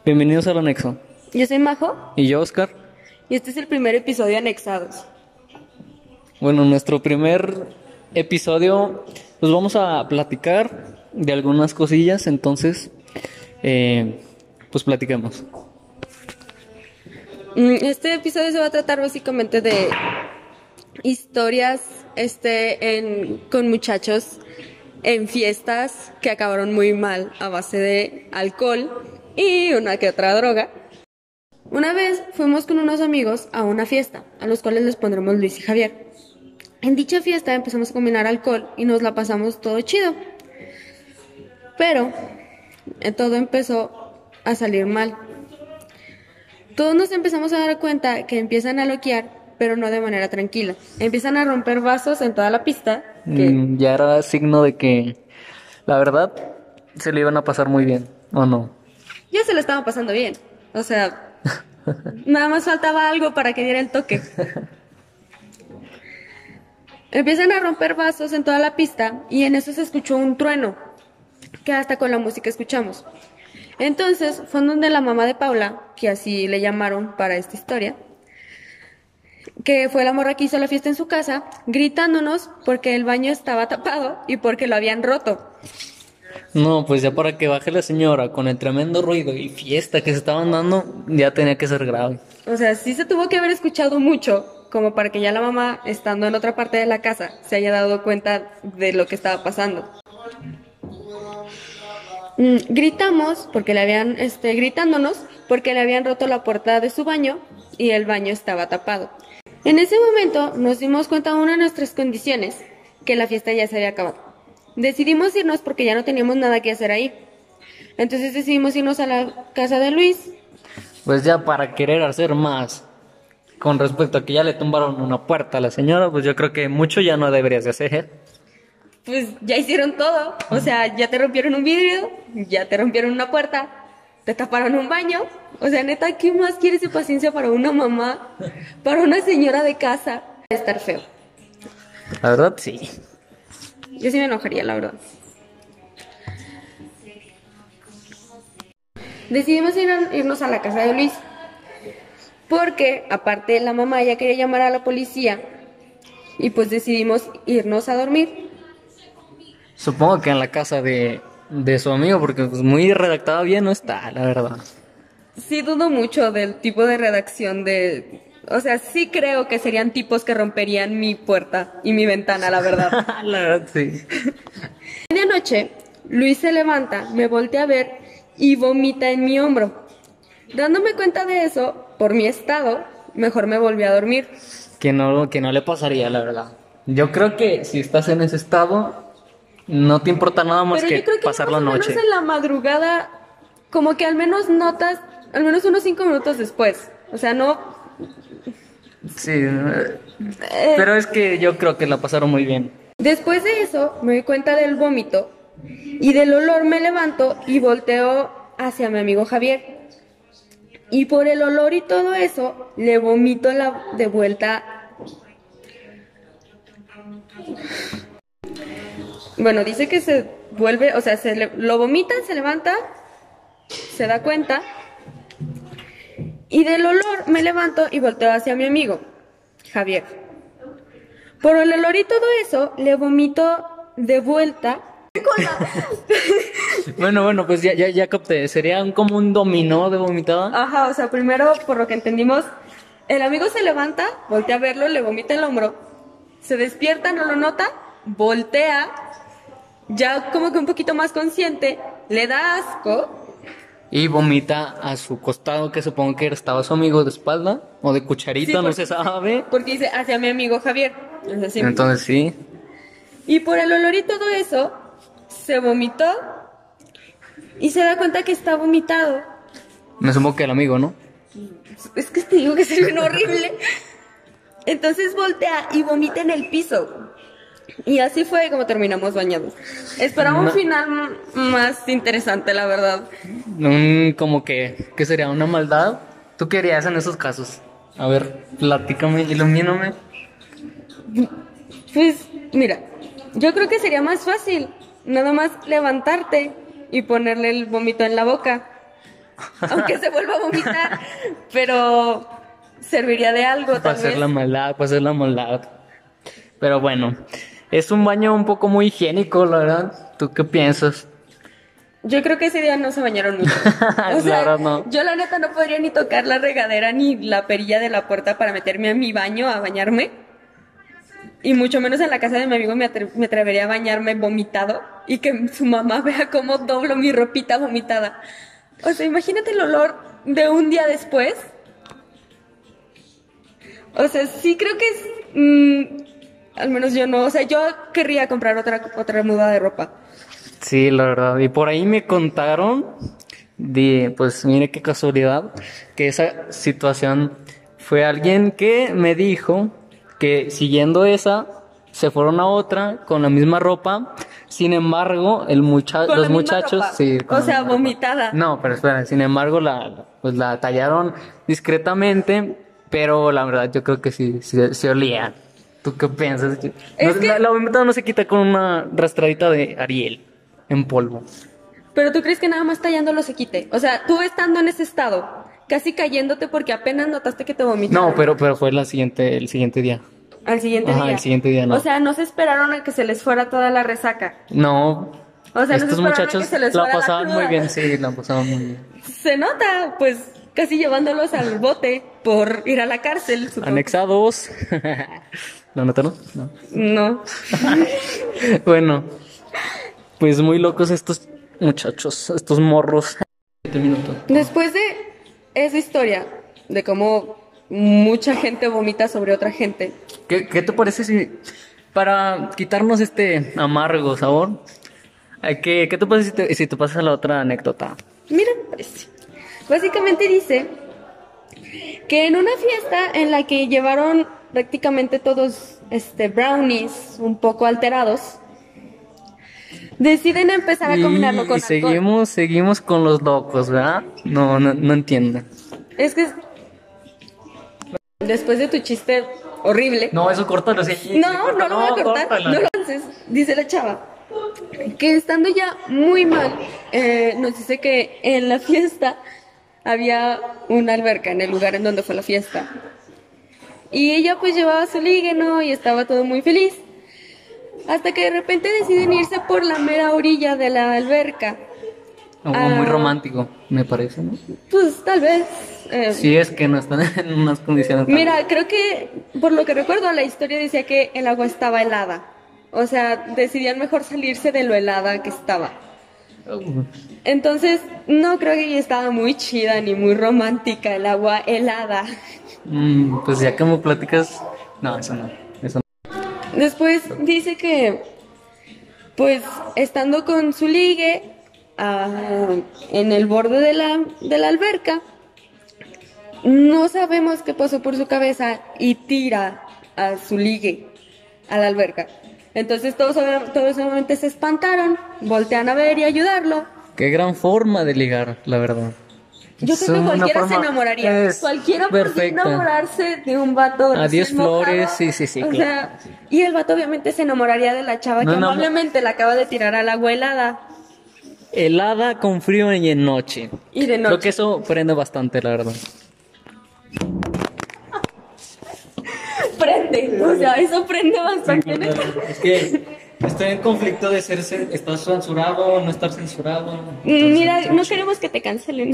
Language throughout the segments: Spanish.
Bienvenidos al Anexo. Yo soy Majo Y yo, Oscar. y este es el primer episodio de Anexados. Bueno, nuestro primer episodio, pues vamos a platicar de algunas cosillas, entonces, pues platicamos. Este episodio se va a tratar básicamente de historias con muchachos en fiestas que acabaron muy mal a base de alcohol y una que otra droga. Una vez fuimos con unos amigos a una fiesta, a los cuales les pondremos Luis y Javier. En dicha fiesta empezamos a combinar alcohol y nos la pasamos todo chido. Pero todo empezó a salir mal. Todos nos empezamos a dar cuenta que empiezan a loquear, pero no de manera tranquila. Empiezan a romper vasos en toda la pista. Ya era signo de que, la verdad, se le iban a pasar muy bien, ¿o no? Ya se lo estaban pasando bien. O sea, nada más faltaba algo para que diera el toque. Empiezan a romper vasos en toda la pista y en eso se escuchó un trueno, que hasta con la música escuchamos. Entonces fue donde la mamá de Paula, que así le llamaron para esta historia, que fue la morra que hizo la fiesta en su casa, gritándonos porque el baño estaba tapado y porque lo habían roto. No, pues ya para que baje la señora con el tremendo ruido y fiesta que se estaban dando, ya tenía que ser grave. O sea, sí se tuvo que haber escuchado mucho, como para que ya la mamá, estando en otra parte de la casa, se haya dado cuenta de lo que estaba pasando. Gritamos porque le habían, gritándonos porque le habían roto la puerta de su baño y el baño estaba tapado. En ese momento nos dimos cuenta de una de nuestras condiciones, que la fiesta ya se había acabado. Decidimos irnos porque ya no teníamos nada que hacer ahí. Entonces decidimos irnos a la casa de Luis. Pues ya para querer hacer más, con respecto a que ya le tumbaron una puerta a la señora, pues yo creo que mucho ya no deberías de hacer. Pues ya hicieron todo. O sea, ya te rompieron un vidrio, ya te rompieron una puerta, te taparon un baño. O sea, neta, ¿qué más quieres de paciencia para una mamá, para una señora de casa? Estar feo. La verdad, sí. Yo sí me enojaría, la verdad. Decidimos irnos a la casa de Luis. Porque, aparte, la mamá ya quería llamar a la policía. Y pues decidimos irnos a dormir. Supongo que en la casa de su amigo, porque pues muy redactada bien no está, la verdad. Sí dudo mucho del tipo de redacción de... O sea, sí creo que serían tipos que romperían mi puerta y mi ventana, la verdad. La verdad, sí. Medianoche, Luis se levanta, me voltea a ver y vomita en mi hombro. Dándome cuenta de eso, por mi estado, mejor me volví a dormir. Que no le pasaría, la verdad. Yo creo que si estás en ese estado, no te importa nada más Pero que yo creo que pasar más la o menos noche. en la madrugada, como que al menos notas, al menos unos 5 minutos después. O sea, no... Sí, pero es que yo creo que la pasaron muy bien. Después de eso, me doy cuenta del vómito y del olor me levanto y volteo hacia mi amigo Javier. Y por el olor y todo eso, le vomito de vuelta. Bueno, dice que se vuelve, o sea, lo vomita, se levanta, se da cuenta. Y del olor me levanto y volteo hacia mi amigo, Javier. Por el olor y todo eso, le vomito de vuelta. Bueno, pues ya capté. Sería como un dominó de vomitada. Ajá, o sea, primero, por lo que entendimos, el amigo se levanta, voltea a verlo, le vomita el hombro, se despierta, no lo nota, voltea, ya como que un poquito más consciente, le da asco. Y vomita a su costado, que supongo que estaba su amigo de espalda o de cucharita, Sí, no se sabe. Porque dice hacia mi amigo Javier. Es así. Entonces sí. Y por el olor y todo eso, se vomitó y se da cuenta que está vomitado. Me supongo que el amigo, ¿no? Es que te digo que se ve horrible. Entonces voltea y vomita en el piso. Y así fue como terminamos bañados. Esperaba un final más interesante, la verdad. Como que, ¿qué sería? ¿Una maldad? ¿Tú qué harías en esos casos? A ver, platícame, ilumíname. Pues, mira, yo creo que sería más fácil nada más levantarte y ponerle el vómito en la boca. aunque se vuelva a vomitar, pero serviría de algo Para tal hacer vez. la maldad, para hacer la maldad. Pero bueno, es un baño un poco muy higiénico, la verdad. ¿Tú qué piensas? Yo creo que ese día no se bañaron mucho. O La sea, verdad, no. yo la neta no podría ni tocar la regadera ni la perilla de la puerta para meterme a mi baño a bañarme. Y mucho menos en la casa de mi amigo me atrevería a bañarme vomitado y que su mamá vea cómo doblo mi ropita vomitada. O sea, imagínate el olor de un día después. O sea, sí creo que es... al menos yo no. O sea, yo querría comprar otra muda de ropa. Sí, la verdad. Y por ahí me contaron, pues mire qué casualidad, que esa situación fue alguien que me dijo que siguiendo esa, se fueron a otra con la misma ropa. Sin embargo, Con la los misma muchachos, ropa. sí, O con la sea, misma ropa. vomitada. No, pero espera, sin embargo, pues la tallaron discretamente, pero la verdad yo creo que sí, se olía. ¿Tú qué piensas? Es que- La vomitada no se quita con una rastradita de Ariel en polvo. Pero tú crees que nada más tallándolo se quite. O sea, tú estando en ese estado, casi cayéndote porque apenas notaste que te vomitaron. No, pero fue el siguiente día. Al siguiente Ajá, día. el siguiente día no. O sea, no se esperaron a que se les fuera toda la resaca. No, O sea, no se estos esperaron a que muchachos se les la fuera la pasaban muy cruda. bien, sí, la pasaban muy bien. Se nota, pues, casi llevándolos al bote por ir a la cárcel, supongo. Anexados. ¿Lo notaron? No. No. Bueno, pues muy locos estos muchachos, estos morros. 7 minutos. Después de esa historia, de cómo mucha gente vomita sobre otra gente, ¿Qué te parece si, para quitarnos este amargo sabor, qué te parece si te pasas a la otra anécdota? mira, pues, básicamente dice que en una fiesta en la que llevaron prácticamente todos brownies un poco alterados, deciden empezar a combinarlo con Y alcohol. seguimos con los locos, ¿verdad? No entiendo. Es que después de tu chiste horrible, No, eso córtalo, sí. no lo voy a cortar, córtalo. no lo haces, dice la chava, que estando ya muy mal, nos dice que en la fiesta había una alberca en el lugar en donde fue la fiesta. Y ella pues llevaba su ligue, ¿no? Y estaba todo muy feliz. Hasta que de repente deciden irse por la mera orilla de la alberca. Muy romántico, me parece, ¿no? Pues tal vez. Si es que no están en unas condiciones tan- Mira, creo que, por lo que recuerdo, la historia decía que el agua estaba helada. O sea, decidían mejor salirse de lo helada que estaba. Entonces, no creo que ella estaba muy chida ni muy romántica el agua helada. Pues ya que me platicas... No, eso no. Después dice que, pues, estando con su ligue en el borde de la alberca, no sabemos qué pasó por su cabeza y tira a su ligue a la alberca. Entonces todos obviamente se espantaron, voltean a ver y ayudarlo. Qué gran forma de ligar, la verdad. Yo Es creo que una cualquiera se forma- enamoraría. es Cualquiera podría perfecta. enamorarse de un vato. A 10 recién mojado. flores, sí, O claro. sea, y el vato obviamente se enamoraría de la chava No, que no, amablemente la acaba de tirar al agua helada. Helada con frío y en noche. Y de Creo noche. que eso prende bastante, la verdad. Prende, o sea, eso prende bastante. Es que estoy en conflicto de estar censurado o no estar censurado. Mira, no queremos que te cancelen.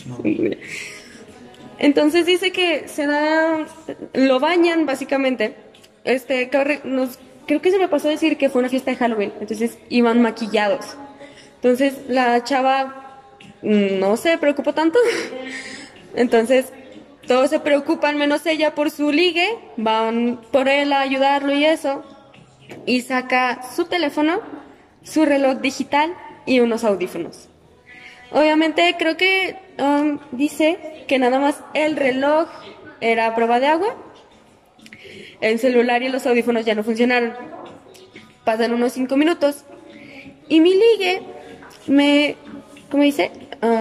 Entonces dice que lo bañan básicamente. Creo que se me pasó a decir que fue una fiesta de Halloween, entonces iban maquillados. Entonces la chava no se preocupó tanto. Entonces todos se preocupan menos ella por su ligue, van por él a ayudarlo y eso. Y saca su teléfono, su reloj digital y unos audífonos. Obviamente creo que dice que nada más el reloj era a prueba de agua, el celular y los audífonos ya no funcionaron. Pasan unos 5 minutos y mi ligue ¿cómo dice?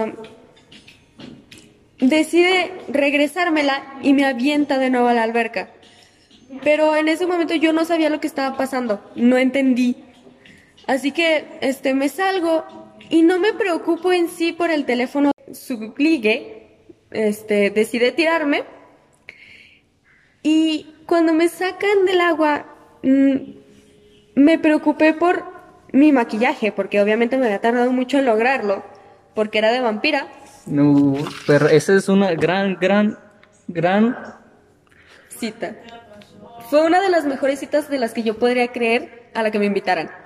Decide regresármela y me avienta de nuevo a la alberca. Pero en ese momento yo no sabía lo que estaba pasando, no entendí. Así que me salgo y no me preocupo en sí por el teléfono, su ligue, decide tirarme. Y cuando me sacan del agua, me preocupé por mi maquillaje, porque obviamente me había tardado mucho en lograrlo, porque era de vampira. No, pero esa es una gran Cita. Fue una de las mejores citas de las que yo podría creer a la que me invitaran.